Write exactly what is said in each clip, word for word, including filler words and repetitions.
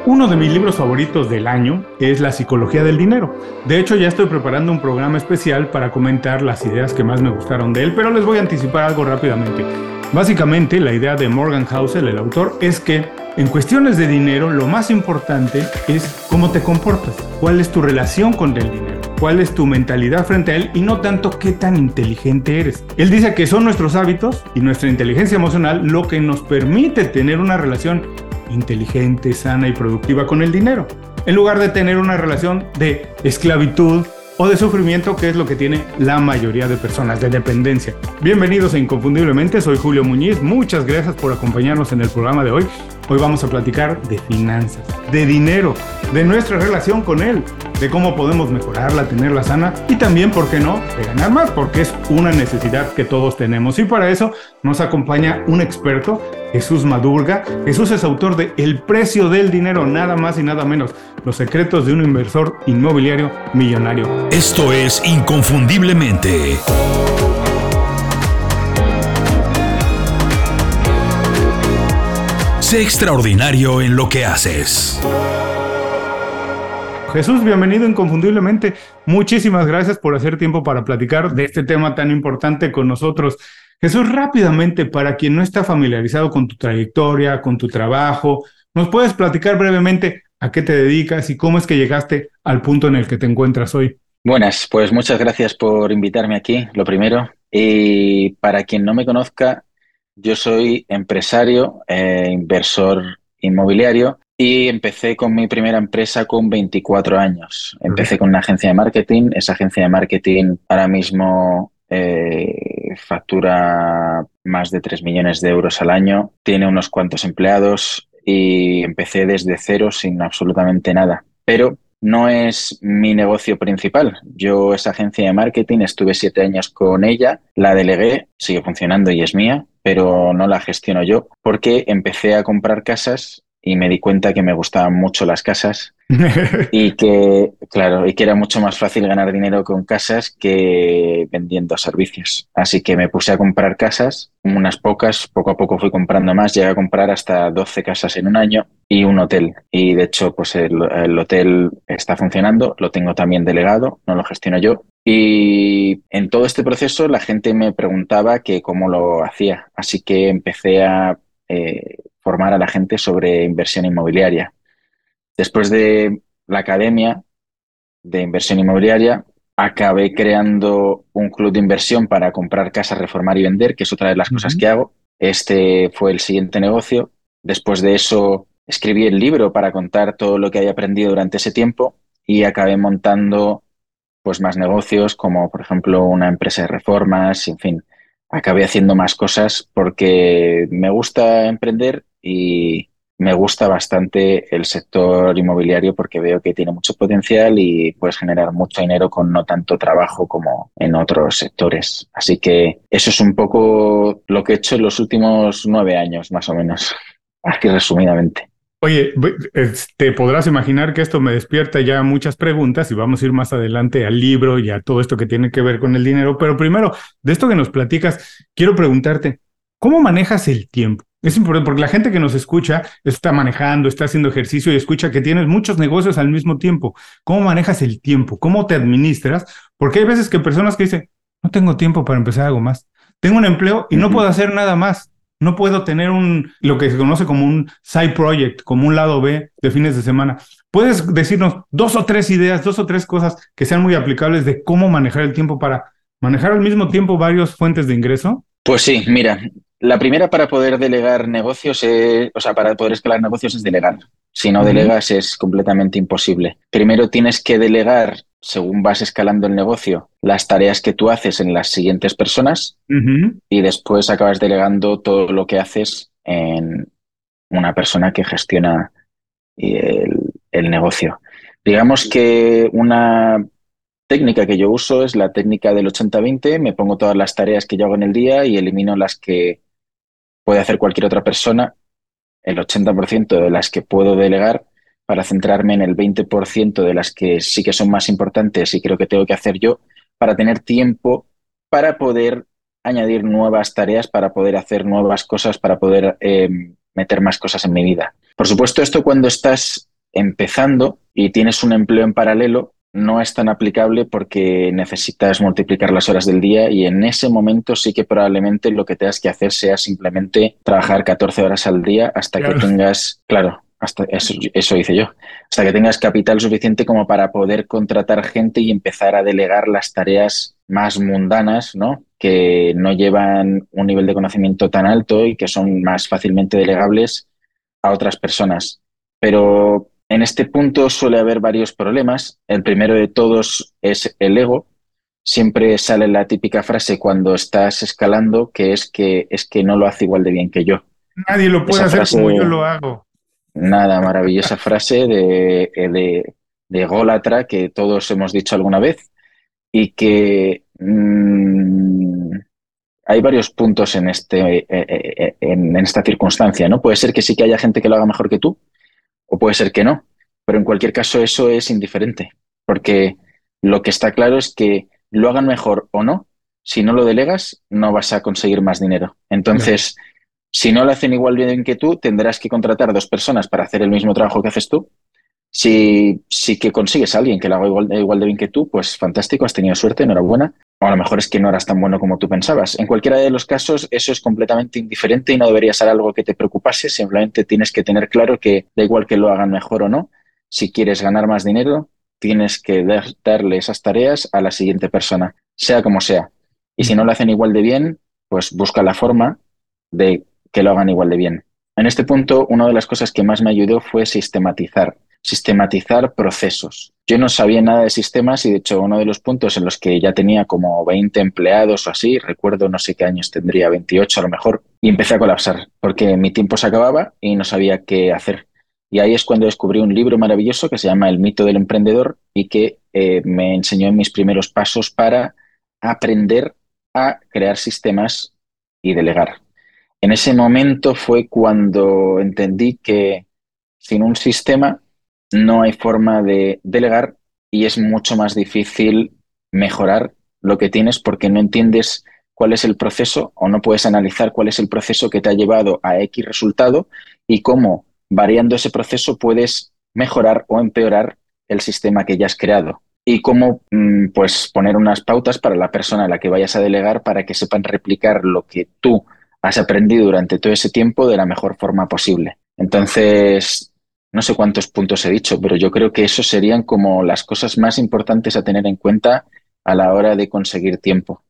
Uno de mis libros favoritos del año es La psicología del dinero. De hecho, ya estoy preparando un programa especial para comentar las ideas que más me gustaron de él, pero les voy a anticipar algo rápidamente. Básicamente, la idea de Morgan Housel, el autor, es que en cuestiones de dinero lo más importante es cómo te comportas, cuál es tu relación con el dinero, cuál es tu mentalidad frente a él y no tanto qué tan inteligente eres. Él dice que son nuestros hábitos y nuestra inteligencia emocional lo que nos permite tener una relación inteligente, sana y productiva con el dinero, en lugar de tener una relación de esclavitud o de sufrimiento, que es lo que tiene la mayoría de personas, de dependencia. Bienvenidos a Inconfundiblemente, soy Julio Muñiz, muchas gracias por acompañarnos en el programa de hoy. Hoy vamos a platicar de finanzas, de dinero, de nuestra relación con él, de cómo podemos mejorarla, tenerla sana y también, ¿por qué no?, de ganar más, porque es una necesidad que todos tenemos. Y para eso nos acompaña un experto, Jesús Madurga. Jesús es autor de El precio del dinero, nada más y nada menos, los secretos de un inversor inmobiliario millonario. Esto es Inconfundiblemente. Sé extraordinario en lo que haces. Jesús, bienvenido Inconfundiblemente. Muchísimas gracias por hacer tiempo para platicar de este tema tan importante con nosotros. Jesús, rápidamente, para quien no está familiarizado con tu trayectoria, con tu trabajo, ¿nos puedes platicar brevemente a qué te dedicas y cómo es que llegaste al punto en el que te encuentras hoy? Buenas, pues muchas gracias por invitarme aquí, lo primero. Y para quien no me conozca, yo soy empresario, eh, inversor inmobiliario y empecé con mi primera empresa con veinticuatro años. Empecé con una agencia de marketing. Esa agencia de marketing ahora mismo eh, factura más de tres millones de euros al año, tiene unos cuantos empleados y empecé desde cero sin absolutamente nada. Pero no es mi negocio principal. Yo esa agencia de marketing estuve siete años con ella, la delegué, sigue funcionando y es mía, pero no la gestiono yo porque empecé a comprar casas y me di cuenta que me gustaban mucho las casas y que, claro, y que era mucho más fácil ganar dinero con casas que vendiendo servicios. Así que me puse a comprar casas, unas pocas, poco a poco fui comprando más, llegué a comprar hasta doce casas en un año y un hotel. Y de hecho, pues el, el hotel está funcionando, lo tengo también delegado, no lo gestiono yo. Y en todo este proceso la gente me preguntaba que cómo lo hacía. Así que empecé a eh, formar a la gente sobre inversión inmobiliaria. Después de la academia de inversión inmobiliaria, acabé creando un club de inversión para comprar casas, reformar y vender, que es otra de las uh-huh. cosas que hago. Este fue el siguiente negocio. Después de eso, escribí el libro para contar todo lo que había aprendido durante ese tiempo y acabé montando pues, más negocios, como por ejemplo una empresa de reformas, en fin. Acabé haciendo más cosas porque me gusta emprender y me gusta bastante el sector inmobiliario porque veo que tiene mucho potencial y puedes generar mucho dinero con no tanto trabajo como en otros sectores. Así que eso es un poco lo que he hecho en los últimos nueve años, más o menos, aquí resumidamente. Oye, te podrás imaginar que esto me despierta ya muchas preguntas y vamos a ir más adelante al libro y a todo esto que tiene que ver con el dinero. Pero primero, de esto que nos platicas, quiero preguntarte, ¿cómo manejas el tiempo? Es importante porque la gente que nos escucha está manejando, está haciendo ejercicio y escucha que tienes muchos negocios al mismo tiempo. ¿Cómo manejas el tiempo? ¿Cómo te administras? Porque hay veces que personas que dicen, no tengo tiempo para empezar algo más. Tengo un empleo y no puedo hacer nada más. No puedo tener un, lo que se conoce como un side project, como un lado B de fines de semana. ¿Puedes decirnos dos o tres ideas, dos o tres cosas que sean muy aplicables de cómo manejar el tiempo para manejar al mismo tiempo varias fuentes de ingreso? Pues sí, mira, la primera para poder delegar negocios, es, o sea, para poder escalar negocios es delegar. Si no uh-huh. delegas es completamente imposible. Primero tienes que delegar, según vas escalando el negocio, las tareas que tú haces en las siguientes personas uh-huh. y después acabas delegando todo lo que haces en una persona que gestiona el, el negocio. Digamos que una técnica que yo uso es la técnica del ochenta veinte. Me pongo todas las tareas que yo hago en el día y elimino las que puede hacer cualquier otra persona, el ochenta por ciento de las que puedo delegar, para centrarme en el veinte por ciento de las que sí que son más importantes y creo que tengo que hacer yo, para tener tiempo para poder añadir nuevas tareas, para poder hacer nuevas cosas, para poder eh, meter más cosas en mi vida. Por supuesto, esto cuando estás empezando y tienes un empleo en paralelo, no es tan aplicable porque necesitas multiplicar las horas del día y en ese momento sí que probablemente lo que tengas que hacer sea simplemente trabajar catorce horas al día hasta Claro. que tengas, claro, hasta eso, eso hice yo, hasta que tengas capital suficiente como para poder contratar gente y empezar a delegar las tareas más mundanas, ¿no? Que no llevan un nivel de conocimiento tan alto y que son más fácilmente delegables a otras personas. Pero en este punto suele haber varios problemas. El primero de todos es el ego. Siempre sale la típica frase cuando estás escalando que es que es que no lo hace igual de bien que yo. Nadie lo puede Esa hacer frase, como yo lo hago. nada, maravillosa frase de, de, de ególatra que todos hemos dicho alguna vez y que mmm, hay varios puntos en, este, eh, eh, en, en esta circunstancia, ¿no? Puede ser que sí que haya gente que lo haga mejor que tú, o puede ser que no, pero en cualquier caso eso es indiferente, porque lo que está claro es que lo hagan mejor o no, si no lo delegas, no vas a conseguir más dinero. Entonces, si no lo hacen igual bien que tú, tendrás que contratar dos personas para hacer el mismo trabajo que haces tú. Si, si que consigues a alguien que lo haga igual, igual de bien que tú, pues fantástico, has tenido suerte, enhorabuena. O a lo mejor es que no eras tan bueno como tú pensabas. En cualquiera de los casos, eso es completamente indiferente y no debería ser algo que te preocupase. Simplemente tienes que tener claro que da igual que lo hagan mejor o no. Si quieres ganar más dinero, tienes que dar, darle esas tareas a la siguiente persona, sea como sea. Y si no lo hacen igual de bien, pues busca la forma de que lo hagan igual de bien. En este punto, una de las cosas que más me ayudó fue sistematizar. Sistematizar procesos. Yo no sabía nada de sistemas y de hecho uno de los puntos en los que ya tenía como veinte empleados o así, recuerdo no sé qué años tendría, veintiocho a lo mejor, y empecé a colapsar porque mi tiempo se acababa y no sabía qué hacer. Y ahí es cuando descubrí un libro maravilloso que se llama El mito del emprendedor y que eh, me enseñó en mis primeros pasos para aprender a crear sistemas y delegar. En ese momento fue cuando entendí que sin un sistema no hay forma de delegar y es mucho más difícil mejorar lo que tienes porque no entiendes cuál es el proceso o no puedes analizar cuál es el proceso que te ha llevado a X resultado y cómo variando ese proceso puedes mejorar o empeorar el sistema que ya has creado y cómo pues poner unas pautas para la persona a la que vayas a delegar para que sepan replicar lo que tú has aprendido durante todo ese tiempo de la mejor forma posible. Entonces, no sé cuántos puntos he dicho, pero yo creo que esos serían como las cosas más importantes a tener en cuenta a la hora de conseguir tiempo.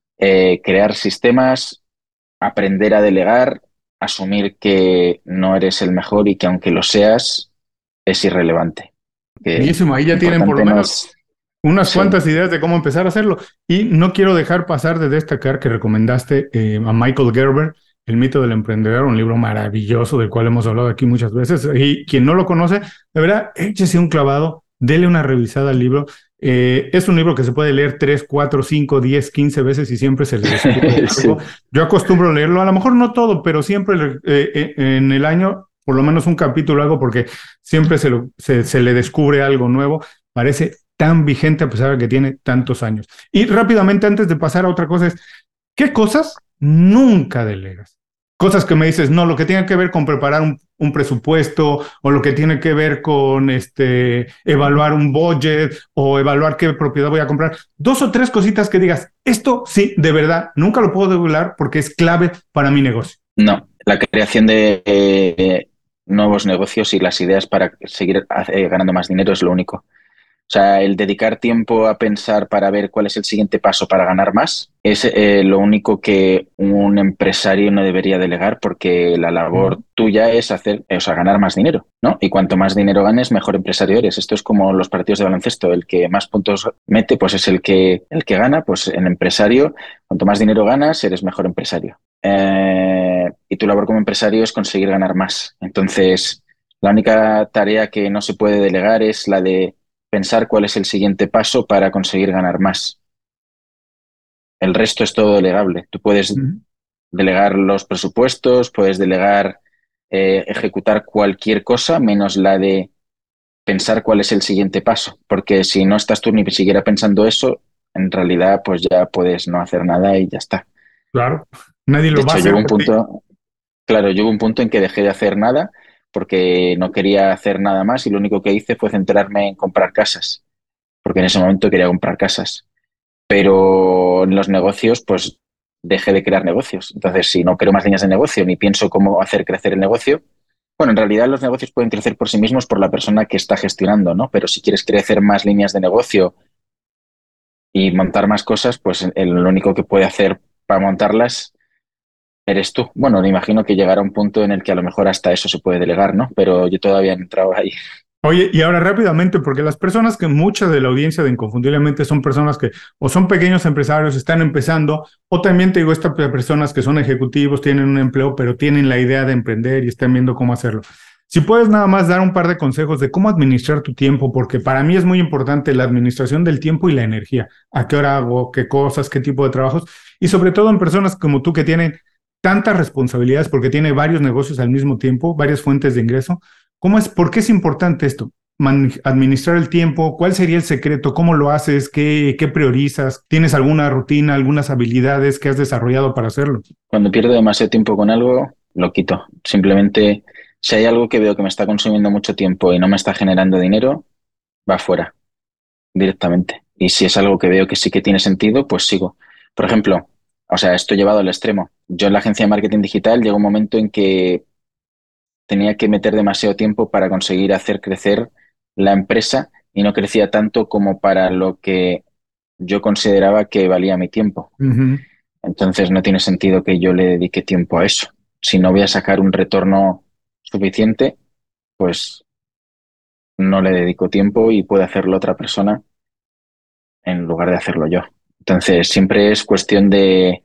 Eh, crear sistemas, aprender a delegar, asumir que no eres el mejor y que aunque lo seas, es irrelevante. Buenísimo, ahí ya tienen por lo no menos es... unas Sí. cuantas ideas de cómo empezar a hacerlo. Y no quiero dejar pasar de destacar que recomendaste eh, a Michael Gerber, El mito del emprendedor, un libro maravilloso del cual hemos hablado aquí muchas veces. Y quien no lo conoce, de verdad, échese un clavado, dele una revisada al libro. Eh, es un libro que se puede leer tres, cuatro, cinco, diez, quince veces y siempre se le descubre algo. Sí. Yo acostumbro a leerlo, a lo mejor no todo, pero siempre eh, en el año, por lo menos un capítulo hago porque siempre se, lo, se, se le descubre algo nuevo. Parece tan vigente a pesar de que tiene tantos años. Y rápidamente, antes de pasar a otra cosa, es, ¿qué cosas nunca delegas? Cosas que me dices, no, lo que tiene que ver con preparar un, un presupuesto o lo que tiene que ver con este, evaluar un budget o evaluar qué propiedad voy a comprar. Dos o tres cositas que digas, esto sí, de verdad, nunca lo puedo develar porque es clave para mi negocio. No, la creación de eh, nuevos negocios y las ideas para seguir eh, ganando más dinero es lo único. O sea, el dedicar tiempo a pensar para ver cuál es el siguiente paso para ganar más es eh, lo único que un empresario no debería delegar porque la labor uh-huh. tuya es hacer, o sea, ganar más dinero, ¿no? Y cuanto más dinero ganes, mejor empresario eres. Esto es como los partidos de baloncesto. El que más puntos mete, pues es el que, el que gana. Pues en empresario, cuanto más dinero ganas, eres mejor empresario. Eh, y tu labor como empresario es conseguir ganar más. Entonces, la única tarea que no se puede delegar es la de pensar cuál es el siguiente paso para conseguir ganar más. El resto es todo delegable. Tú puedes uh-huh. delegar los presupuestos, puedes delegar eh, ejecutar cualquier cosa menos la de pensar cuál es el siguiente paso. Porque si no estás tú ni siquiera pensando eso, en realidad pues ya puedes no hacer nada y ya está. Claro, nadie lo de va hecho, a hacer. Llegó un punto, claro, llegó un punto en que dejé de hacer nada porque no quería hacer nada más y lo único que hice fue centrarme en comprar casas, porque en ese momento quería comprar casas. Pero en los negocios, pues dejé de crear negocios. Entonces, si no creo más líneas de negocio ni pienso cómo hacer crecer el negocio, bueno, en realidad los negocios pueden crecer por sí mismos por la persona que está gestionando, ¿no? Pero si quieres crecer más líneas de negocio y montar más cosas, pues el, lo único que puede hacer para montarlas eres tú. Bueno, me imagino que llegará un punto en el que a lo mejor hasta eso se puede delegar, ¿no? Pero yo todavía no he entrado ahí. Oye, y ahora rápidamente, porque las personas que mucha de la audiencia de Inconfundiblemente son personas que o son pequeños empresarios, están empezando, o también te digo, estas personas que son ejecutivos, tienen un empleo, pero tienen la idea de emprender y están viendo cómo hacerlo. Si puedes nada más dar un par de consejos de cómo administrar tu tiempo, porque para mí es muy importante la administración del tiempo y la energía. ¿A qué hora hago? ¿Qué cosas? ¿Qué tipo de trabajos? Y sobre todo en personas como tú que tienen tantas responsabilidades porque tiene varios negocios al mismo tiempo, varias fuentes de ingreso. ¿Cómo es? ¿Por qué es importante esto? Man- administrar el tiempo, ¿cuál sería el secreto? ¿Cómo lo haces? ¿Qué, qué priorizas? ¿Tienes alguna rutina, algunas habilidades que has desarrollado para hacerlo? Cuando pierdo demasiado tiempo con algo, lo quito. Simplemente, si hay algo que veo que me está consumiendo mucho tiempo y no me está generando dinero, va fuera directamente. Y si es algo que veo que sí que tiene sentido, pues sigo. Por ejemplo, o sea, esto llevado al extremo. Yo en la agencia de marketing digital llegó un momento en que tenía que meter demasiado tiempo para conseguir hacer crecer la empresa y no crecía tanto como para lo que yo consideraba que valía mi tiempo. Ujú. Entonces no tiene sentido que yo le dedique tiempo a eso. Si no voy a sacar un retorno suficiente, pues no le dedico tiempo y puede hacerlo otra persona en lugar de hacerlo yo. Entonces siempre es cuestión de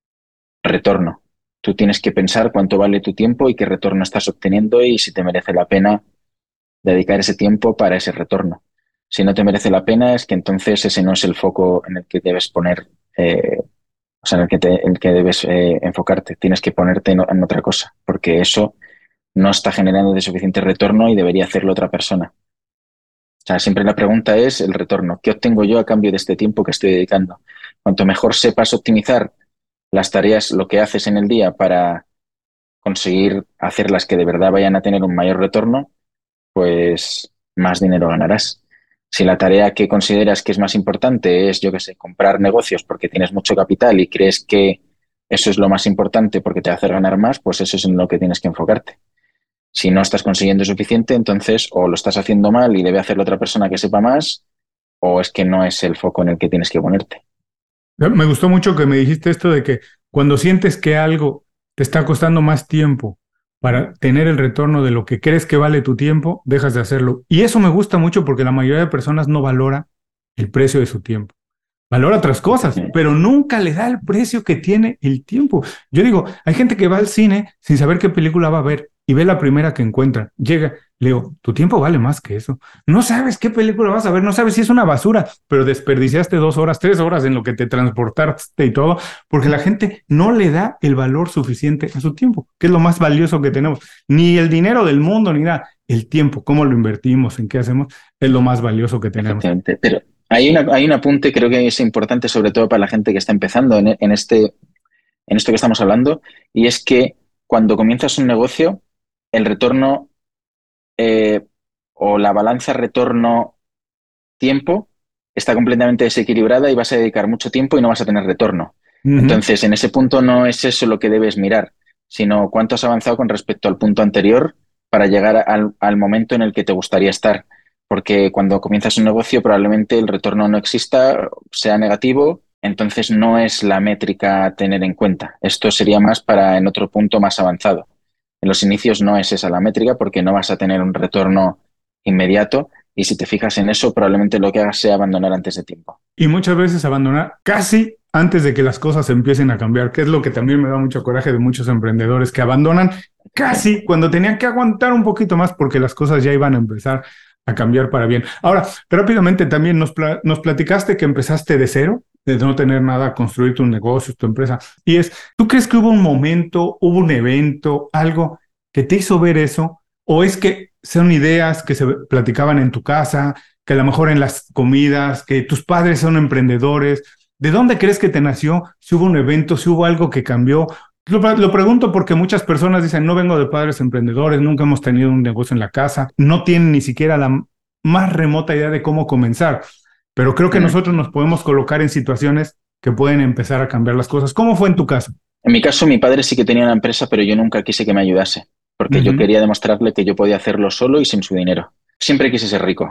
retorno. Tú tienes que pensar cuánto vale tu tiempo y qué retorno estás obteniendo y si te merece la pena dedicar ese tiempo para ese retorno. Si no te merece la pena, es que entonces ese no es el foco en el que debes poner, eh, o sea, en el que, te, en el que debes eh, enfocarte. Tienes que ponerte en, en otra cosa, porque eso no está generando de suficiente retorno y debería hacerlo otra persona. O sea, siempre la pregunta es el retorno. ¿Qué obtengo yo a cambio de este tiempo que estoy dedicando? Cuanto mejor sepas optimizar las tareas, lo que haces en el día para conseguir hacerlas que de verdad vayan a tener un mayor retorno, pues más dinero ganarás. Si la tarea que consideras que es más importante es, yo qué sé, comprar negocios porque tienes mucho capital y crees que eso es lo más importante porque te va a hacer ganar más, pues eso es en lo que tienes que enfocarte. Si no estás consiguiendo suficiente, entonces o lo estás haciendo mal y debe hacerlo otra persona que sepa más, o es que no es el foco en el que tienes que ponerte. Me gustó mucho que me dijiste esto de que cuando sientes que algo te está costando más tiempo para tener el retorno de lo que crees que vale tu tiempo, dejas de hacerlo. Y eso me gusta mucho porque la mayoría de personas no valora el precio de su tiempo. Valora otras cosas, pero nunca le da el precio que tiene el tiempo. Yo digo, hay gente que va al cine sin saber qué película va a ver y ve la primera que encuentra. Llega, le digo, tu tiempo vale más que eso. No sabes qué película vas a ver, no sabes si es una basura, pero desperdiciaste dos horas, tres horas en lo que te transportaste y todo, porque la gente no le da el valor suficiente a su tiempo, que es lo más valioso que tenemos. Ni el dinero del mundo, ni nada. El tiempo, cómo lo invertimos, en qué hacemos, es lo más valioso que tenemos. Efectivamente, pero hay, una, hay un apunte, creo que es importante, sobre todo para la gente que está empezando en, en, este, en esto que estamos hablando, y es que cuando comienzas un negocio, el retorno eh, o la balanza retorno-tiempo está completamente desequilibrada y vas a dedicar mucho tiempo y no vas a tener retorno. Uh-huh. Entonces, en ese punto no es eso lo que debes mirar, sino cuánto has avanzado con respecto al punto anterior para llegar al, al momento en el que te gustaría estar. Porque cuando comienzas un negocio probablemente el retorno no exista, sea negativo, entonces no es la métrica a tener en cuenta. Esto sería más para en otro punto más avanzado. En los inicios no es esa la métrica porque no vas a tener un retorno inmediato y si te fijas en eso probablemente lo que hagas sea abandonar antes de tiempo. Y muchas veces abandonar casi antes de que las cosas empiecen a cambiar, que es lo que también me da mucho coraje de muchos emprendedores que abandonan casi cuando tenían que aguantar un poquito más porque las cosas ya iban a empezar a cambiar para bien. Ahora, rápidamente también nos, pla- nos platicaste que empezaste de cero, de no tener nada, construir tu negocio, tu empresa. Y es, ¿tú crees que hubo un momento, hubo un evento, algo que te hizo ver eso? ¿O es que son ideas que se platicaban en tu casa, que a lo mejor en las comidas, que tus padres son emprendedores? ¿De dónde crees que te nació? Si hubo un evento, si hubo algo que cambió, Lo, lo pregunto porque muchas personas dicen, no vengo de padres emprendedores, nunca hemos tenido un negocio en la casa, no tienen ni siquiera la más remota idea de cómo comenzar, pero creo que Mm. nosotros nos podemos colocar en situaciones que pueden empezar a cambiar las cosas. ¿Cómo fue en tu caso? En mi caso, mi padre sí que tenía una empresa, pero yo nunca quise que me ayudase, porque yo Ujú. quería demostrarle que yo podía hacerlo solo y sin su dinero. Siempre quise ser rico.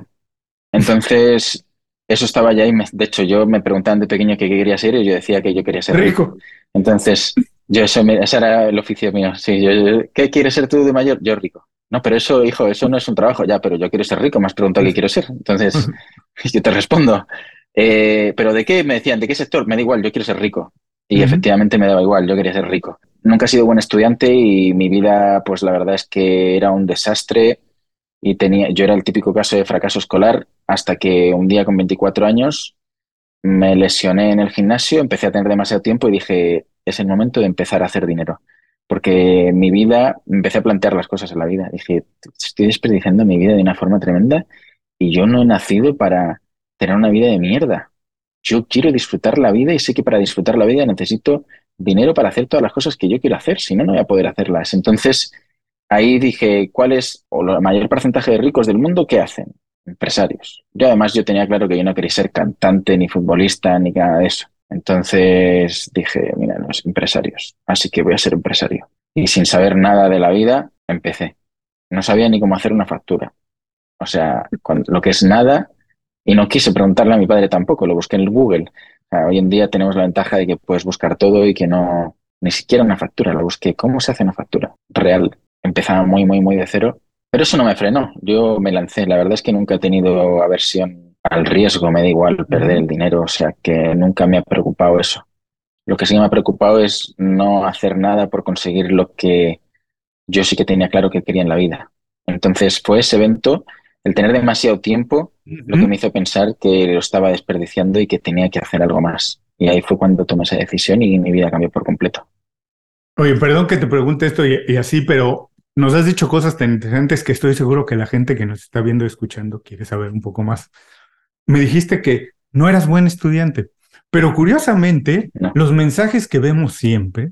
Entonces, eso estaba ya y me- de hecho, yo me preguntaban de pequeño que qué quería ser y yo decía que yo quería ser rico. Rico. Entonces, yo eso me- ese era el oficio mío. Sí, yo, yo- ¿qué quieres ser tú de mayor? Yo rico. No, pero eso, hijo, eso no es un trabajo. Ya, pero yo quiero ser rico. Me has preguntado qué quiero ser. Entonces, yo te respondo. Eh, ¿pero de qué? Me decían, ¿de qué sector? Me da igual, yo quiero ser rico. Y Ujú. efectivamente me daba igual, yo quería ser rico. Nunca he sido buen estudiante y mi vida, pues la verdad es que era un desastre y tenía, yo era el típico caso de fracaso escolar hasta que un día con veinticuatro años me lesioné en el gimnasio, empecé a tener demasiado tiempo y dije, es el momento de empezar a hacer dinero. Porque mi vida, empecé a plantear las cosas en la vida. Dije, estoy desperdiciando mi vida de una forma tremenda y yo no he nacido para tener una vida de mierda. Yo quiero disfrutar la vida y sé que para disfrutar la vida necesito dinero para hacer todas las cosas que yo quiero hacer, si no, no voy a poder hacerlas. Entonces, ahí dije, ¿cuál es, o el mayor porcentaje de ricos del mundo, qué hacen? Empresarios. Yo además yo tenía claro que yo no quería ser cantante, ni futbolista, ni nada de eso. Entonces dije, mira, los empresarios, así que voy a ser empresario. Y sin saber nada de la vida, empecé. No sabía ni cómo hacer una factura. O sea, con lo que es nada, y no quise preguntarle a mi padre tampoco, lo busqué en el Google. O sea, hoy en día tenemos la ventaja de que puedes buscar todo y que no, ni siquiera una factura, lo busqué. ¿Cómo se hace una factura real? Empezaba muy, muy, muy de cero, pero eso no me frenó. Yo me lancé. La verdad es que nunca he tenido aversión al riesgo, me da igual perder Ujú. el dinero, o sea, que nunca me ha preocupado eso. Lo que sí me ha preocupado es no hacer nada por conseguir lo que yo sí que tenía claro que quería en la vida. Entonces fue ese evento, el tener demasiado tiempo, lo que Ujú. me hizo pensar que lo estaba desperdiciando y que tenía que hacer algo más. Y ahí fue cuando tomé esa decisión y mi vida cambió por completo. Oye, perdón que te pregunte esto y, y así, pero nos has dicho cosas tan interesantes que estoy seguro que la gente que nos está viendo y escuchando quiere saber un poco más. Me dijiste que no eras buen estudiante, pero curiosamente, No. los mensajes que vemos siempre,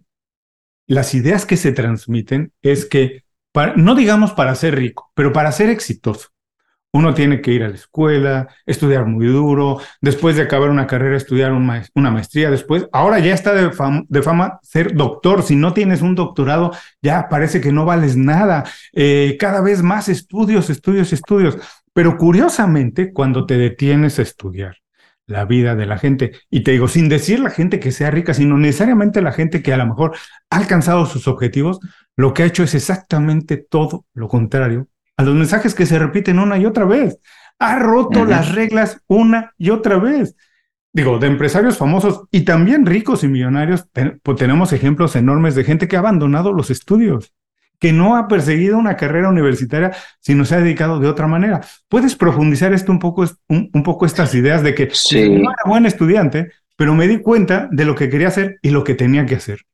las ideas que se transmiten, es que, para- no digamos para ser rico, pero para ser exitoso. Uno tiene que ir a la escuela, estudiar muy duro, después de acabar una carrera, estudiar un maes- una maestría, después, ahora ya está de fama, de fama ser doctor. Si no tienes un doctorado, ya parece que no vales nada. Eh, cada vez más estudios, estudios, estudios. Pero curiosamente, cuando te detienes a estudiar la vida de la gente, y te digo, sin decir la gente que sea rica, sino necesariamente la gente que a lo mejor ha alcanzado sus objetivos, lo que ha hecho es exactamente todo lo contrario a los mensajes que se repiten una y otra vez. Ha roto Ujú. las reglas una y otra vez. Digo, de empresarios famosos y también ricos y millonarios, ten, pues tenemos ejemplos enormes de gente que ha abandonado los estudios, que no ha perseguido una carrera universitaria, sino se ha dedicado de otra manera. ¿Puedes profundizar esto un poco, un, un poco estas ideas de que dices, no Sí, era buen estudiante, pero me di cuenta de lo que quería hacer y lo que tenía que hacer?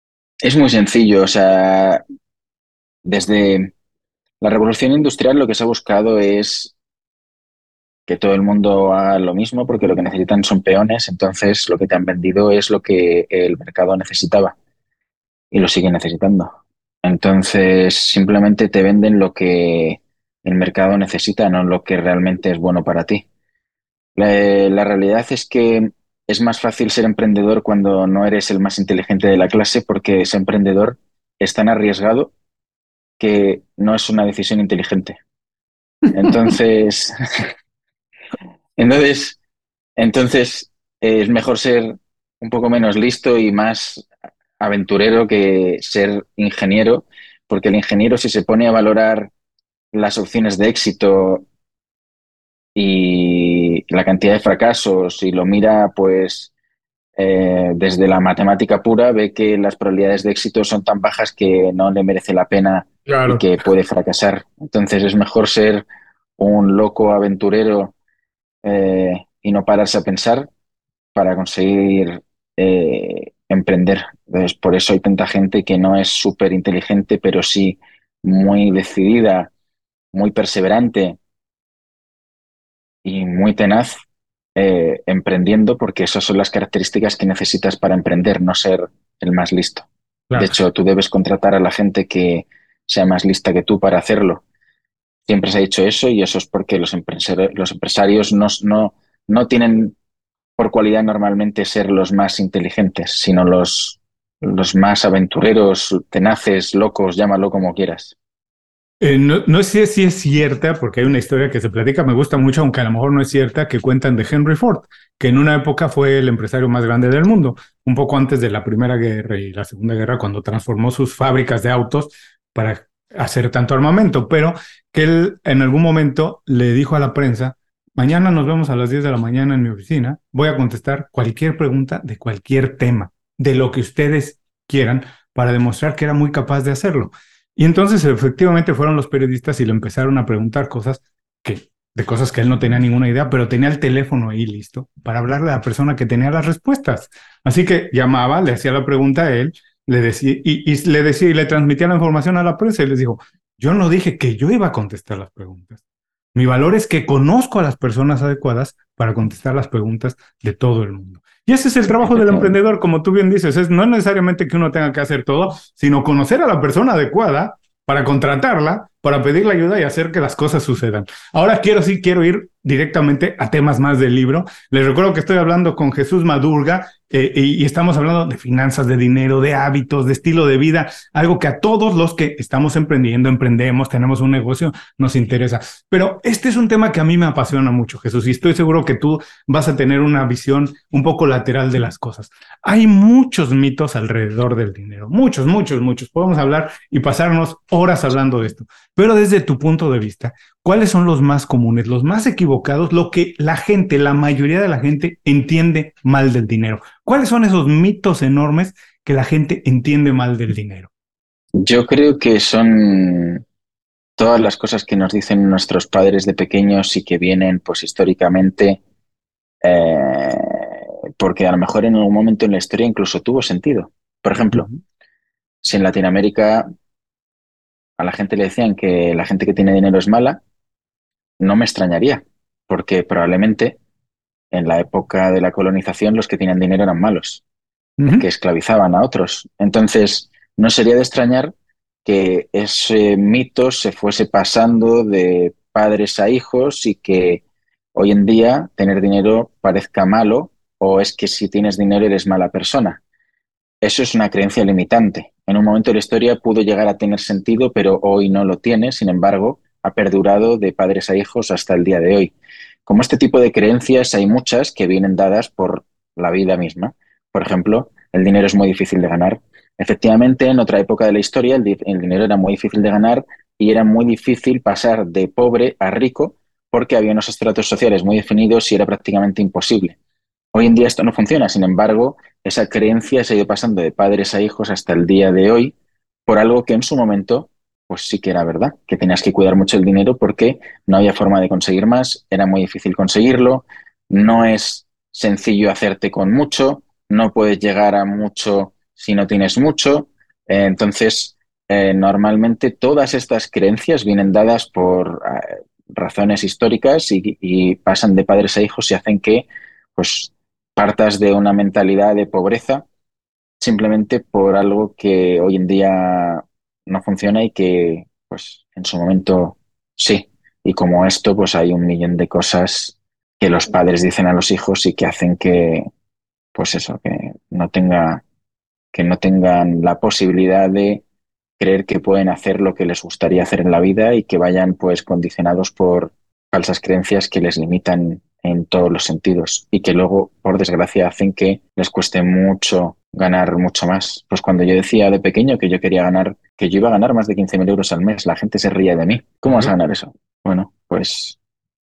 es muy sencillo. O sea, desde la revolución industrial lo que se ha buscado es que todo el mundo haga lo mismo porque lo que necesitan son peones. Entonces, lo que te han vendido es lo que el mercado necesitaba y lo sigue necesitando. Entonces, simplemente te venden lo que el mercado necesita, no lo que realmente es bueno para ti. La, la realidad es que es más fácil ser emprendedor cuando no eres el más inteligente de la clase porque ser emprendedor es tan arriesgado que no es una decisión inteligente. Entonces, entonces, entonces eh, es mejor ser un poco menos listo y más aventurero que ser ingeniero, porque el ingeniero si se pone a valorar las opciones de éxito y la cantidad de fracasos y lo mira pues eh, desde la matemática pura, ve que las probabilidades de éxito son tan bajas que no le merece la pena y Claro. que puede fracasar. Entonces es mejor ser un loco aventurero eh, y no pararse a pensar para conseguir eh, emprender. Entonces, por eso hay tanta gente que no es súper inteligente, pero sí muy decidida, muy perseverante y muy tenaz eh, emprendiendo, porque esas son las características que necesitas para emprender, no ser el más listo. De Claro. hecho, tú debes contratar a la gente que sea más lista que tú para hacerlo. Siempre se ha dicho eso y eso es porque los empresari- los empresarios no, no, no tienen por cualidad normalmente ser los más inteligentes, sino los, los más aventureros, tenaces, locos, llámalo como quieras. Eh, no, no sé si es cierta, porque hay una historia que se platica, me gusta mucho, aunque a lo mejor no es cierta, que cuentan de Henry Ford, que en una época fue el empresario más grande del mundo, un poco antes de la Primera Guerra y la Segunda Guerra, cuando transformó sus fábricas de autos para hacer tanto armamento, pero que él en algún momento le dijo a la prensa, mañana nos vemos a las diez de la mañana en mi oficina, voy a contestar cualquier pregunta de cualquier tema, de lo que ustedes quieran, para demostrar que era muy capaz de hacerlo. Y entonces efectivamente fueron los periodistas y le empezaron a preguntar cosas que, de cosas que él no tenía ninguna idea, pero tenía el teléfono ahí listo para hablarle a la persona que tenía las respuestas. Así que llamaba, le hacía la pregunta a él, le decía, y, y le decía y le transmitía la información a la prensa y les dijo, yo no dije que yo iba a contestar las preguntas. Mi valor es que conozco a las personas adecuadas para contestar las preguntas de todo el mundo. Y ese es el trabajo del Efectivamente. emprendedor, como tú bien dices, es no es necesariamente que uno tenga que hacer todo, sino conocer a la persona adecuada para contratarla, para pedirle ayuda y hacer que las cosas sucedan. Ahora quiero sí, quiero ir directamente a temas más del libro. Les recuerdo que estoy hablando con Jesús Madurga eh, y, y estamos hablando de finanzas, de dinero, de hábitos, de estilo de vida, algo que a todos los que estamos emprendiendo, emprendemos, tenemos un negocio, nos interesa. Pero este es un tema que a mí me apasiona mucho, Jesús, y estoy seguro que tú vas a tener una visión un poco lateral de las cosas. Hay muchos mitos alrededor del dinero, muchos, muchos, muchos. Podemos hablar y pasarnos horas hablando de esto, pero desde tu punto de vista, ¿cuáles son los más comunes, los más equivocados, lo que la gente, la mayoría de la gente entiende mal del dinero? ¿Cuáles son esos mitos enormes que la gente entiende mal del dinero? Yo creo que son todas las cosas que nos dicen nuestros padres de pequeños y que vienen, pues históricamente, eh, porque a lo mejor en algún momento en la historia incluso tuvo sentido. Por Uh ejemplo, -huh. si en Latinoamérica a la gente le decían que la gente que tiene dinero es mala, no me extrañaría, porque probablemente en la época de la colonización los que tenían dinero eran malos, Uh porque -huh. esclavizaban a otros. Entonces, no sería de extrañar que ese mito se fuese pasando de padres a hijos y que hoy en día tener dinero parezca malo o es que si tienes dinero eres mala persona. Eso es una creencia limitante. En un momento de la historia pudo llegar a tener sentido, pero hoy no lo tiene. Sin embargo, ha perdurado de padres a hijos hasta el día de hoy. Como este tipo de creencias hay muchas que vienen dadas por la vida misma. Por ejemplo, el dinero es muy difícil de ganar. Efectivamente, en otra época de la historia, el, di- el dinero era muy difícil de ganar y era muy difícil pasar de pobre a rico porque había unos estratos sociales muy definidos y era prácticamente imposible. Hoy en día esto no funciona, sin embargo, esa creencia se ha ido pasando de padres a hijos hasta el día de hoy por algo que en su momento, pues sí que era verdad, que tenías que cuidar mucho el dinero porque no había forma de conseguir más, era muy difícil conseguirlo, no es sencillo hacerte con mucho, no puedes llegar a mucho si no tienes mucho. Eh, entonces, eh, normalmente todas estas creencias vienen dadas por eh, razones históricas y, y pasan de padres a hijos y hacen que pues partas de una mentalidad de pobreza simplemente por algo que hoy en día no funciona y que pues en su momento sí. Y como esto, pues hay un millón de cosas que los padres dicen a los hijos y que hacen que, pues eso, que no tenga, que no tengan la posibilidad de creer que pueden hacer lo que les gustaría hacer en la vida y que vayan pues condicionados por falsas creencias que les limitan en todos los sentidos y que luego, por desgracia, hacen que les cueste mucho ganar mucho más. Pues cuando yo decía de pequeño que yo quería ganar, que yo iba a ganar más de quince mil euros al mes, la gente se ría de mí. ¿Cómo vas a Claro. ganar eso? Bueno, pues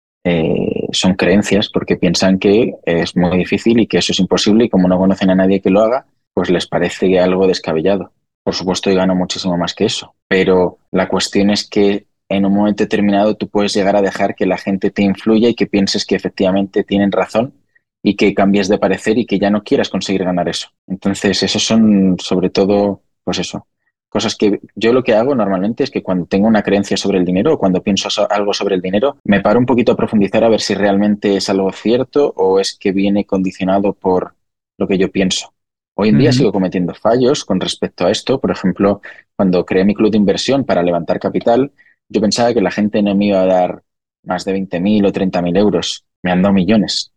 eh, son creencias porque piensan que es muy difícil y que eso es imposible y como no conocen a nadie que lo haga, pues les parece algo descabellado. Por supuesto, yo gano muchísimo más que eso, pero la cuestión es que en un momento determinado tú puedes llegar a dejar que la gente te influya y que pienses que efectivamente tienen razón y que cambies de parecer y que ya no quieras conseguir ganar eso. Entonces, esos son sobre todo, pues eso, cosas que yo lo que hago normalmente es que cuando tengo una creencia sobre el dinero o cuando pienso so- algo sobre el dinero, me paro un poquito a profundizar a ver si realmente es algo cierto o es que viene condicionado por lo que yo pienso Hoy en día Ujú. sigo cometiendo fallos con respecto a esto. Por ejemplo, cuando creé mi club de inversión para levantar capital, yo pensaba que la gente no me iba a dar más de veinte mil o treinta mil euros. Me han dado millones.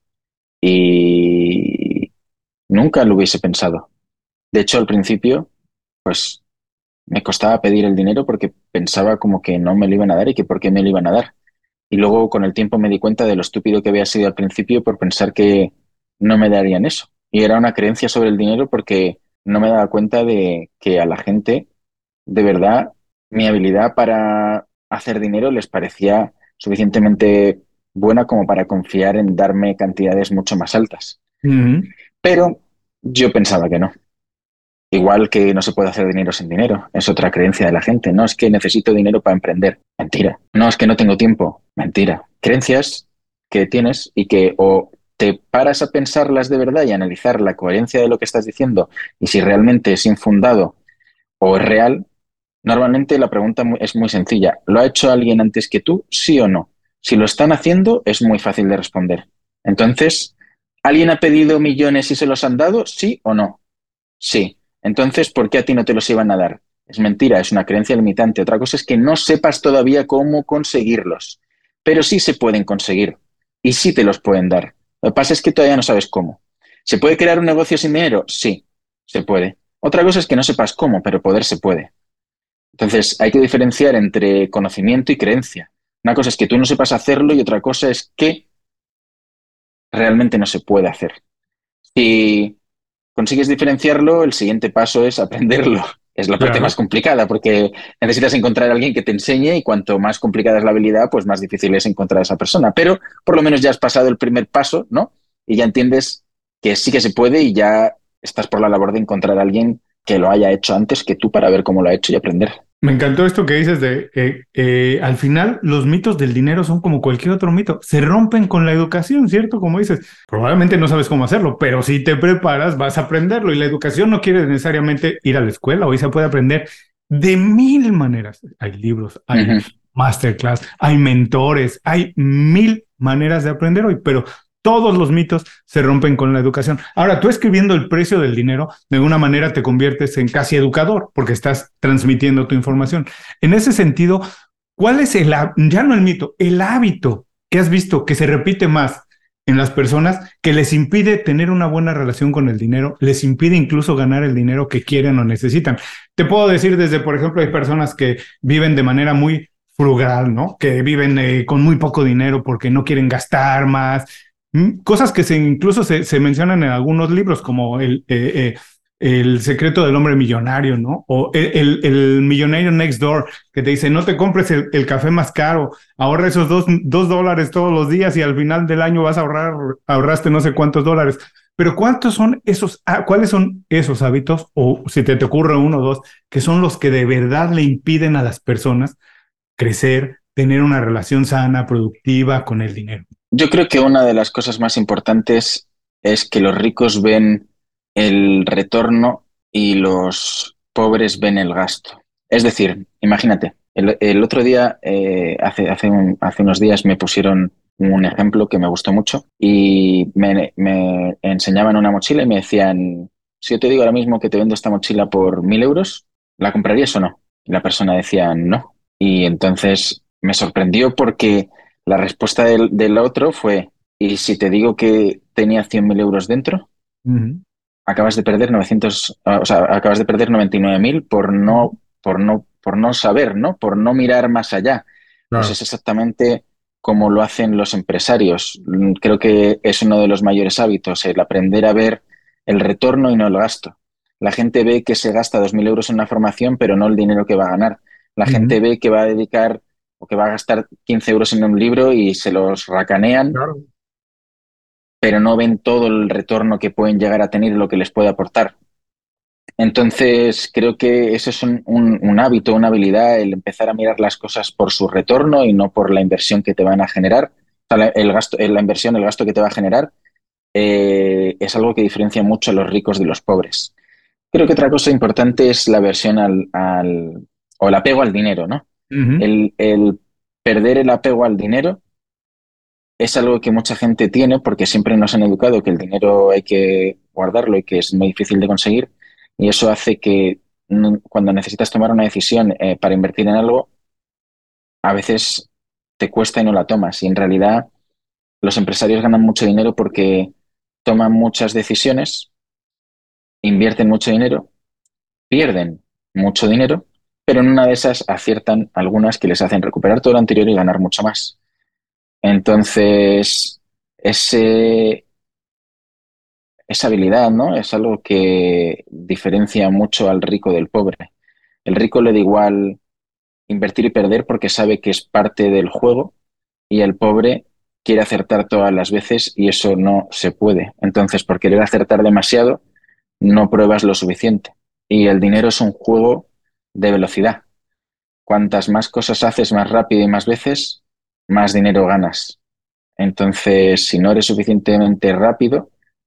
Y nunca lo hubiese pensado. De hecho, al principio, pues me costaba pedir el dinero porque pensaba como que no me lo iban a dar y que por qué me lo iban a dar. Y luego con el tiempo me di cuenta de lo estúpido que había sido al principio por pensar que no me darían eso. Y era una creencia sobre el dinero porque no me daba cuenta de que a la gente, de verdad, mi habilidad para hacer dinero les parecía suficientemente buena como para confiar en darme cantidades mucho más altas. Ujú. Pero yo pensaba que no. Igual que no se puede hacer dinero sin dinero. Es otra creencia de la gente. No es que necesito dinero para emprender. Mentira. No es que no tengo tiempo. Mentira. Creencias que tienes y que o te paras a pensarlas de verdad y a analizar la coherencia de lo que estás diciendo y si realmente es infundado o es real. Normalmente la pregunta mu- es muy sencilla. ¿Lo ha hecho alguien antes que tú? ¿Sí o no? Si lo están haciendo, es muy fácil de responder. Entonces, ¿alguien ha pedido millones y se los han dado? ¿Sí o no? Sí. Entonces, ¿por qué a ti no te los iban a dar? Es mentira, es una creencia limitante. Otra cosa es que no sepas todavía cómo conseguirlos, pero sí se pueden conseguir y sí te los pueden dar. Lo que pasa es que todavía no sabes cómo. ¿Se puede crear un negocio sin dinero? Sí, se puede. Otra cosa es que no sepas cómo, pero poder se puede. Entonces, hay que diferenciar entre conocimiento y creencia. Una cosa es que tú no sepas hacerlo y otra cosa es que realmente no se puede hacer. Si consigues diferenciarlo, el siguiente paso es aprenderlo. Es la parte más Claro. complicada porque necesitas encontrar a alguien que te enseñe y cuanto más complicada es la habilidad, pues más difícil es encontrar a esa persona. Pero por lo menos ya has pasado el primer paso, ¿no? Y ya entiendes que sí que se puede y ya estás por la labor de encontrar a alguien que lo haya hecho antes que tú para ver cómo lo ha hecho y aprender. Me encantó esto que dices de, eh, eh, al final los mitos del dinero son como cualquier otro mito, se rompen con la educación, ¿cierto? Como dices, probablemente no sabes cómo hacerlo, pero si te preparas vas a aprenderlo y la educación no quiere necesariamente ir a la escuela, hoy se puede aprender de mil maneras. Hay libros, hay Ujú. masterclass, hay mentores, hay mil maneras de aprender hoy, pero todos los mitos se rompen con la educación. Ahora, tú escribiendo el precio del dinero, de alguna manera te conviertes en casi educador, porque estás transmitiendo tu información. En ese sentido, ¿cuál es el, ya no el mito, el hábito que has visto que se repite más en las personas que les impide tener una buena relación con el dinero, les impide incluso ganar el dinero que quieren o necesitan? Te puedo decir desde, por ejemplo, hay personas que viven de manera muy frugal, ¿no? Que viven eh, con muy poco dinero porque no quieren gastar más. Mm, Cosas que se, incluso se, se mencionan en algunos libros, como el, eh, eh, el secreto del hombre millonario, ¿no? O el, el, el millonario next door, que te dice, no te compres el, el café más caro, ahorra esos dos, dos dólares todos los días y al final del año vas a ahorrar, ahorraste no sé cuántos dólares. Pero ¿cuántos son esos, ah, cuáles son esos hábitos, o si te, te ocurre uno o dos, que son los que de verdad le impiden a las personas crecer, tener una relación sana, productiva con el dinero? Yo creo que una de las cosas más importantes es que los ricos ven el retorno y los pobres ven el gasto. Es decir, imagínate, el, el otro día, eh, hace, hace, un- hace unos días me pusieron un ejemplo que me gustó mucho y me, me enseñaban una mochila y me decían, si yo te digo ahora mismo que te vendo esta mochila por mil euros, ¿la comprarías o no? Y la persona decía no. Y entonces me sorprendió porque la respuesta del, del otro fue, ¿y si te digo que tenía cien mil euros dentro? Uh -huh. Acabas de perder novecientos, ah, o sea, acabas de perder noventa y nueve mil por Uh -huh. no, por no, por no saber, ¿no? Por no mirar más allá. Pues Claro. es exactamente como lo hacen los empresarios. Mm, Creo que es uno de los mayores hábitos, el aprender a ver el retorno y no el gasto. La gente ve que se gasta dos mil euros en una formación, pero no el dinero que va a ganar. La Uh -huh. gente ve que va a dedicar o que va a gastar quince euros en un libro y se los racanean, Claro. pero no ven todo el retorno que pueden llegar a tener y lo que les puede aportar. Entonces, creo que eso es un, un- un hábito, una habilidad, el empezar a mirar las cosas por su retorno y no por la inversión que te van a generar. O sea, la, el gasto, la inversión, el gasto que te va a generar, eh, es algo que diferencia mucho a los ricos de los pobres. Creo que otra cosa importante es la aversión al, al- o el apego al dinero, ¿no? Uh -huh. El, el perder el apego al dinero es algo que mucha gente tiene porque siempre nos han educado que el dinero hay que guardarlo y que es muy difícil de conseguir. Y eso hace que mm, cuando necesitas tomar una decisión eh, para invertir en algo, a veces te cuesta y no la tomas. Y en realidad los empresarios ganan mucho dinero porque toman muchas decisiones, invierten mucho dinero, pierden mucho dinero, pero en una de esas aciertan algunas que les hacen recuperar todo lo anterior y ganar mucho más. Entonces, ese, esa habilidad, ¿no? Es algo que diferencia mucho al rico del pobre. El rico le da igual invertir y perder porque sabe que es parte del juego y el pobre quiere acertar todas las veces y eso no se puede. Entonces, por querer acertar demasiado, no pruebas lo suficiente. Y el dinero es un juego de velocidad. Cuantas más cosas haces más rápido y más veces, más dinero ganas. Entonces, si no eres suficientemente rápido,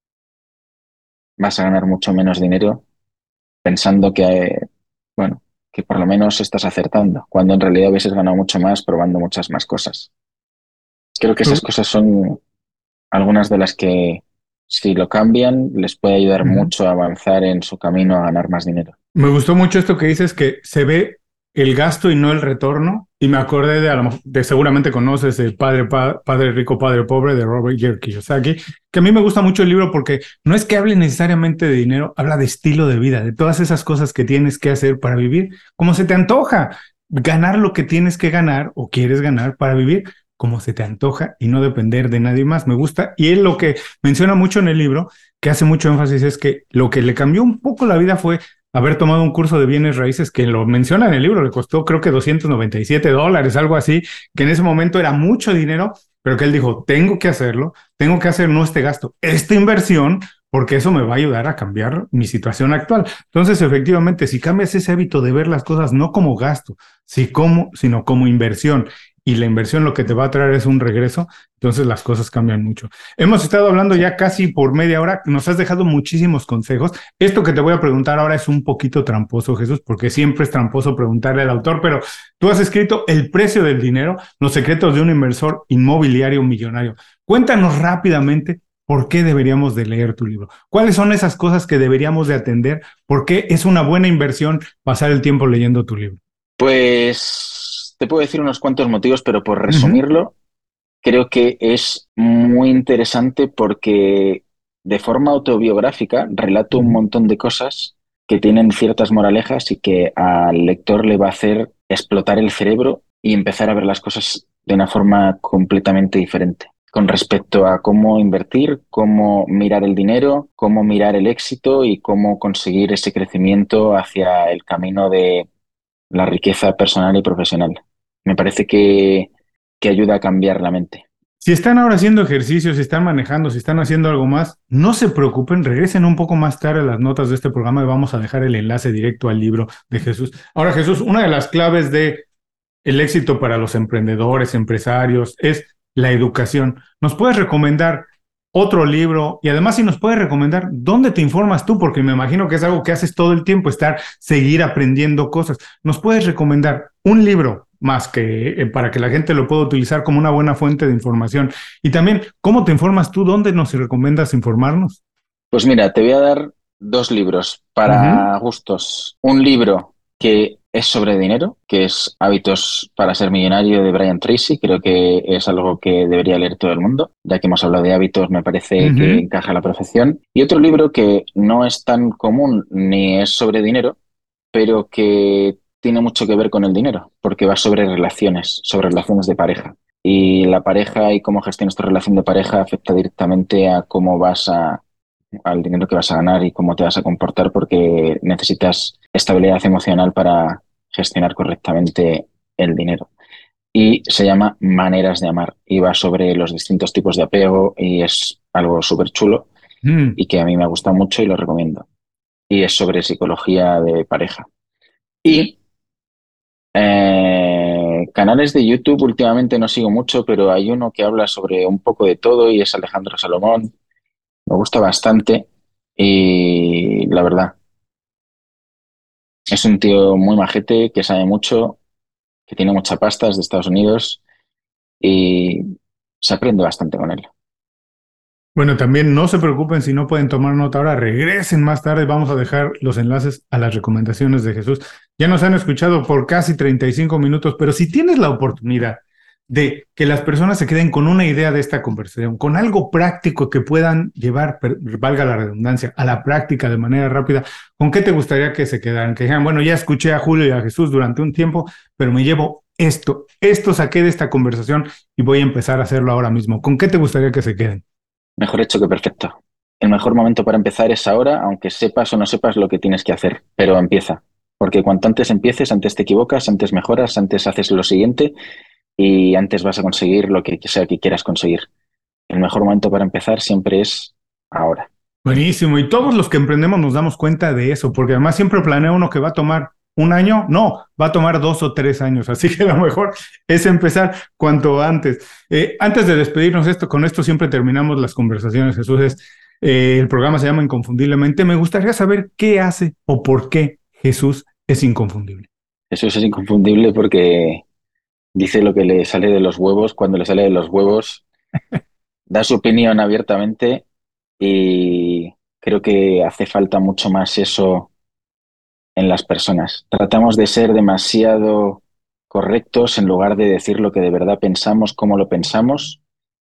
vas a ganar mucho menos dinero pensando que, eh, bueno, que por lo menos estás acertando, cuando en realidad hubieses ganado mucho más probando muchas más cosas. Creo que esas cosas son algunas de las que, si lo cambian, les puede ayudar Ujú. mucho a avanzar en su camino a ganar más dinero. Me gustó mucho esto que dices, que se ve el gasto y no el retorno. Y me acordé de, a lo mejor- de seguramente conoces el Padre, Pa- Padre Rico, Padre Pobre de Robert J. Kiyosaki, que a mí me gusta mucho el libro porque no es que hable necesariamente de dinero, habla de estilo de vida, de todas esas cosas que tienes que hacer para vivir como se te antoja, ganar lo que tienes que ganar o quieres ganar para vivir como se te antoja y no depender de nadie más. Me gusta. Y él lo que menciona mucho en el libro, que hace mucho énfasis, es que lo que le cambió un poco la vida fue haber tomado un curso de bienes raíces que lo menciona en el libro, le costó creo que doscientos noventa y siete dólares, algo así, que en ese momento era mucho dinero, pero que él dijo, tengo que hacerlo, tengo que hacer no este gasto, esta inversión, porque eso me va a ayudar a cambiar mi situación actual. Entonces, efectivamente, si cambias ese hábito de ver las cosas no como gasto, sí como, sino como inversión, y la inversión lo que te va a traer es un regreso, entonces las cosas cambian mucho. Hemos estado hablando Sí. ya casi por media hora, nos has dejado muchísimos consejos. Esto que te voy a preguntar ahora es un poquito tramposo, Jesús, porque siempre es tramposo preguntarle al autor, pero tú has escrito El precio del dinero, los secretos de un inversor inmobiliario millonario. Cuéntanos rápidamente por qué deberíamos de leer tu libro. ¿Cuáles son esas cosas que deberíamos de atender? ¿Por qué es una buena inversión pasar el tiempo leyendo tu libro? Pues te puedo decir unos cuantos motivos, pero por Ujú, resumirlo, creo que es muy interesante porque de forma autobiográfica relato un ujú. montón de cosas que tienen ciertas moralejas y que al lector le va a hacer explotar el cerebro y empezar a ver las cosas de una forma completamente diferente con respecto a cómo invertir, cómo mirar el dinero, cómo mirar el éxito y cómo conseguir ese crecimiento hacia el camino de la riqueza personal y profesional. Me parece que, que ayuda a cambiar la mente. Si están ahora haciendo ejercicio, si están manejando, si están haciendo algo más, no se preocupen, regresen un poco más tarde a las notas de este programa y vamos a dejar el enlace directo al libro de Jesús. Ahora, Jesús, una de las claves de el éxito para los emprendedores, empresarios, es la educación. ¿Nos puedes recomendar otro libro? Y además, si nos puedes recomendar, ¿dónde te informas tú? Porque me imagino que es algo que haces todo el tiempo, estar, seguir aprendiendo cosas. ¿Nos puedes recomendar un libro más que eh, para que la gente lo pueda utilizar como una buena fuente de información? Y también, ¿cómo te informas tú? ¿Dónde nos recomiendas informarnos? Pues mira, te voy a dar dos libros Ujú. para gustos. Un libro que es sobre dinero, que es Hábitos para ser millonario de Brian Tracy. Creo que es algo que debería leer todo el mundo. Ya que hemos hablado de hábitos, me parece que Ujú. encaja a la perfección. Y otro libro que no es tan común ni es sobre dinero, pero que tiene mucho que ver con el dinero, porque va sobre relaciones, sobre relaciones de pareja. Y la pareja y cómo gestionas tu relación de pareja afecta directamente a cómo vas a, al dinero que vas a ganar y cómo te vas a comportar, porque necesitas estabilidad emocional para gestionar correctamente el dinero. Y se llama Maneras de amar y va sobre los distintos tipos de apego y es algo súper chulo Mm. y que a mí me gusta mucho y lo recomiendo. Y es sobre psicología de pareja. Y eh, canales de YouTube últimamente no sigo mucho, pero hay uno que habla sobre un poco de todo y es Alejandro Salomón. Me gusta bastante y la verdad, es un tío muy majete que sabe mucho, que tiene mucha pasta, es de Estados Unidos y se aprende bastante con él. Bueno, también no se preocupen si no pueden tomar nota ahora, regresen más tarde, vamos a dejar los enlaces a las recomendaciones de Jesús. Ya nos han escuchado por casi treinta y cinco minutos, pero si tienes la oportunidad de que las personas se queden con una idea de esta conversación, con algo práctico que puedan llevar, valga la redundancia, a la práctica de manera rápida, ¿con qué te gustaría que se quedaran? Que dijeran, bueno, ya escuché a Julio y a Jesús durante un tiempo, pero me llevo esto, esto saqué de esta conversación y voy a empezar a hacerlo ahora mismo. ¿Con qué te gustaría que se queden? Mejor hecho que perfecto. El mejor momento para empezar es ahora, aunque sepas o no sepas lo que tienes que hacer, pero empieza. Porque cuanto antes empieces, antes te equivocas, antes mejoras, antes haces lo siguiente y antes vas a conseguir lo que sea que quieras conseguir. El mejor momento para empezar siempre es ahora. Buenísimo. Y todos los que emprendemos nos damos cuenta de eso, porque además siempre planea uno que va a tomar un año, no, va a tomar dos o tres años, así que lo mejor es empezar cuanto antes. Eh, antes de despedirnos, esto, con esto siempre terminamos las conversaciones, Jesús, es, eh, el programa se llama Inconfundiblemente. Me gustaría saber qué hace o por qué Jesús es inconfundible. Jesús es inconfundible porque dice lo que le sale de los huevos, cuando le sale de los huevos, da su opinión abiertamente y creo que hace falta mucho más eso en las personas. Tratamos de ser demasiado correctos en lugar de decir lo que de verdad pensamos, cómo lo pensamos.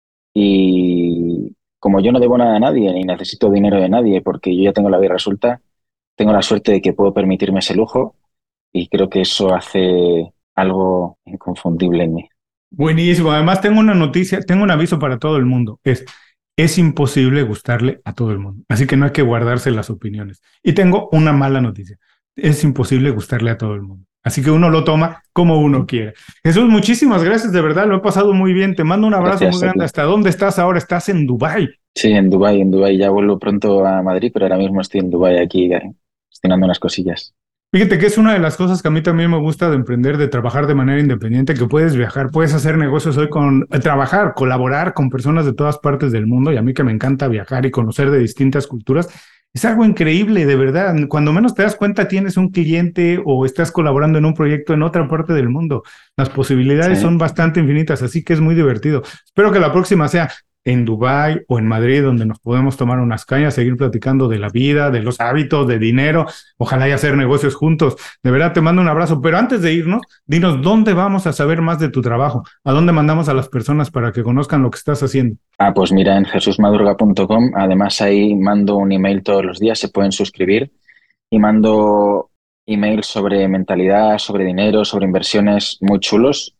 Y como yo no debo nada a nadie, ni necesito dinero de nadie, porque yo ya tengo la vida resuelta, tengo la suerte de que puedo permitirme ese lujo y creo que eso hace algo inconfundible en mí. Buenísimo. Además tengo una noticia, tengo un aviso para todo el mundo. Es, es imposible gustarle a todo el mundo. Así que no hay que guardarse las opiniones. Y tengo una mala noticia. Es imposible gustarle a todo el mundo. Así que uno lo toma como uno quiere. Jesús, muchísimas gracias, de verdad, lo he pasado muy bien. Te mando un abrazo gracias, muy grande. ¿Hasta dónde estás ahora? ¿Estás en Dubái? Sí, en Dubái, en Dubái. Ya vuelvo pronto a Madrid, pero ahora mismo estoy en Dubái aquí gestionando unas cosillas. Fíjate que es una de las cosas que a mí también me gusta de emprender, de trabajar de manera independiente, que puedes viajar, puedes hacer negocios hoy con, eh, trabajar, colaborar con personas de todas partes del mundo, y a mí que me encanta viajar y conocer de distintas culturas. Es algo increíble, de verdad. Cuando menos te das cuenta, tienes un cliente o estás colaborando en un proyecto en otra parte del mundo. Las posibilidades sí. son bastante infinitas, así que es muy divertido. Espero que la próxima sea en Dubái o en Madrid, donde nos podemos tomar unas cañas, seguir platicando de la vida, de los hábitos, de dinero. Ojalá y hacer negocios juntos. De verdad, te mando un abrazo. Pero antes de irnos, dinos dónde vamos a saber más de tu trabajo. ¿A dónde mandamos a las personas para que conozcan lo que estás haciendo? Ah, pues mira, en jesús madurga punto com. Además, ahí mando un email todos los días, se pueden suscribir. Y mando emails sobre mentalidad, sobre dinero, sobre inversiones muy chulos.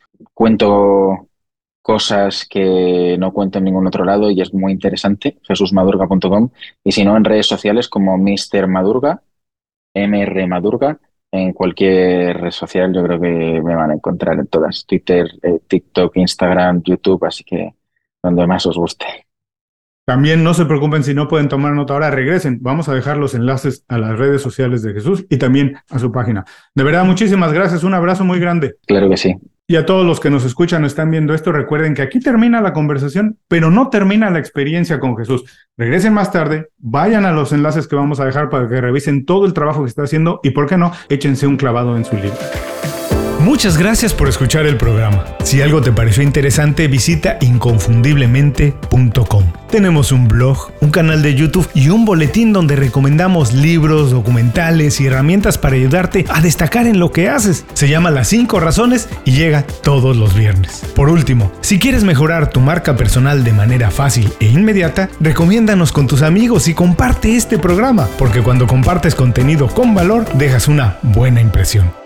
Cuento cosas que no cuento en ningún otro lado y es muy interesante, jesús madurga punto com. Y si no, en redes sociales como mister Madurga, M R Madurga, en cualquier red social yo creo que me van a encontrar en todas, Twitter, eh, TikTok, Instagram, YouTube, así que donde más os guste. También no se preocupen si no pueden tomar nota ahora, regresen. Vamos a dejar los enlaces a las redes sociales de Jesús y también a su página. De verdad, muchísimas gracias, un abrazo muy grande. Claro que sí. Y a todos los que nos escuchan o están viendo esto, recuerden que aquí termina la conversación, pero no termina la experiencia con Jesús. Regresen más tarde, vayan a los enlaces que vamos a dejar para que revisen todo el trabajo que está haciendo y, ¿por qué no?, échense un clavado en su libro. Muchas gracias por escuchar el programa. Si algo te pareció interesante, visita inconfundiblemente punto com. Tenemos un blog, un canal de YouTube y un boletín donde recomendamos libros, documentales y herramientas para ayudarte a destacar en lo que haces. Se llama Las cinco razones y llega todos los viernes. Por último, si quieres mejorar tu marca personal de manera fácil e inmediata, recomiéndanos con tus amigos y comparte este programa, porque cuando compartes contenido con valor, dejas una buena impresión.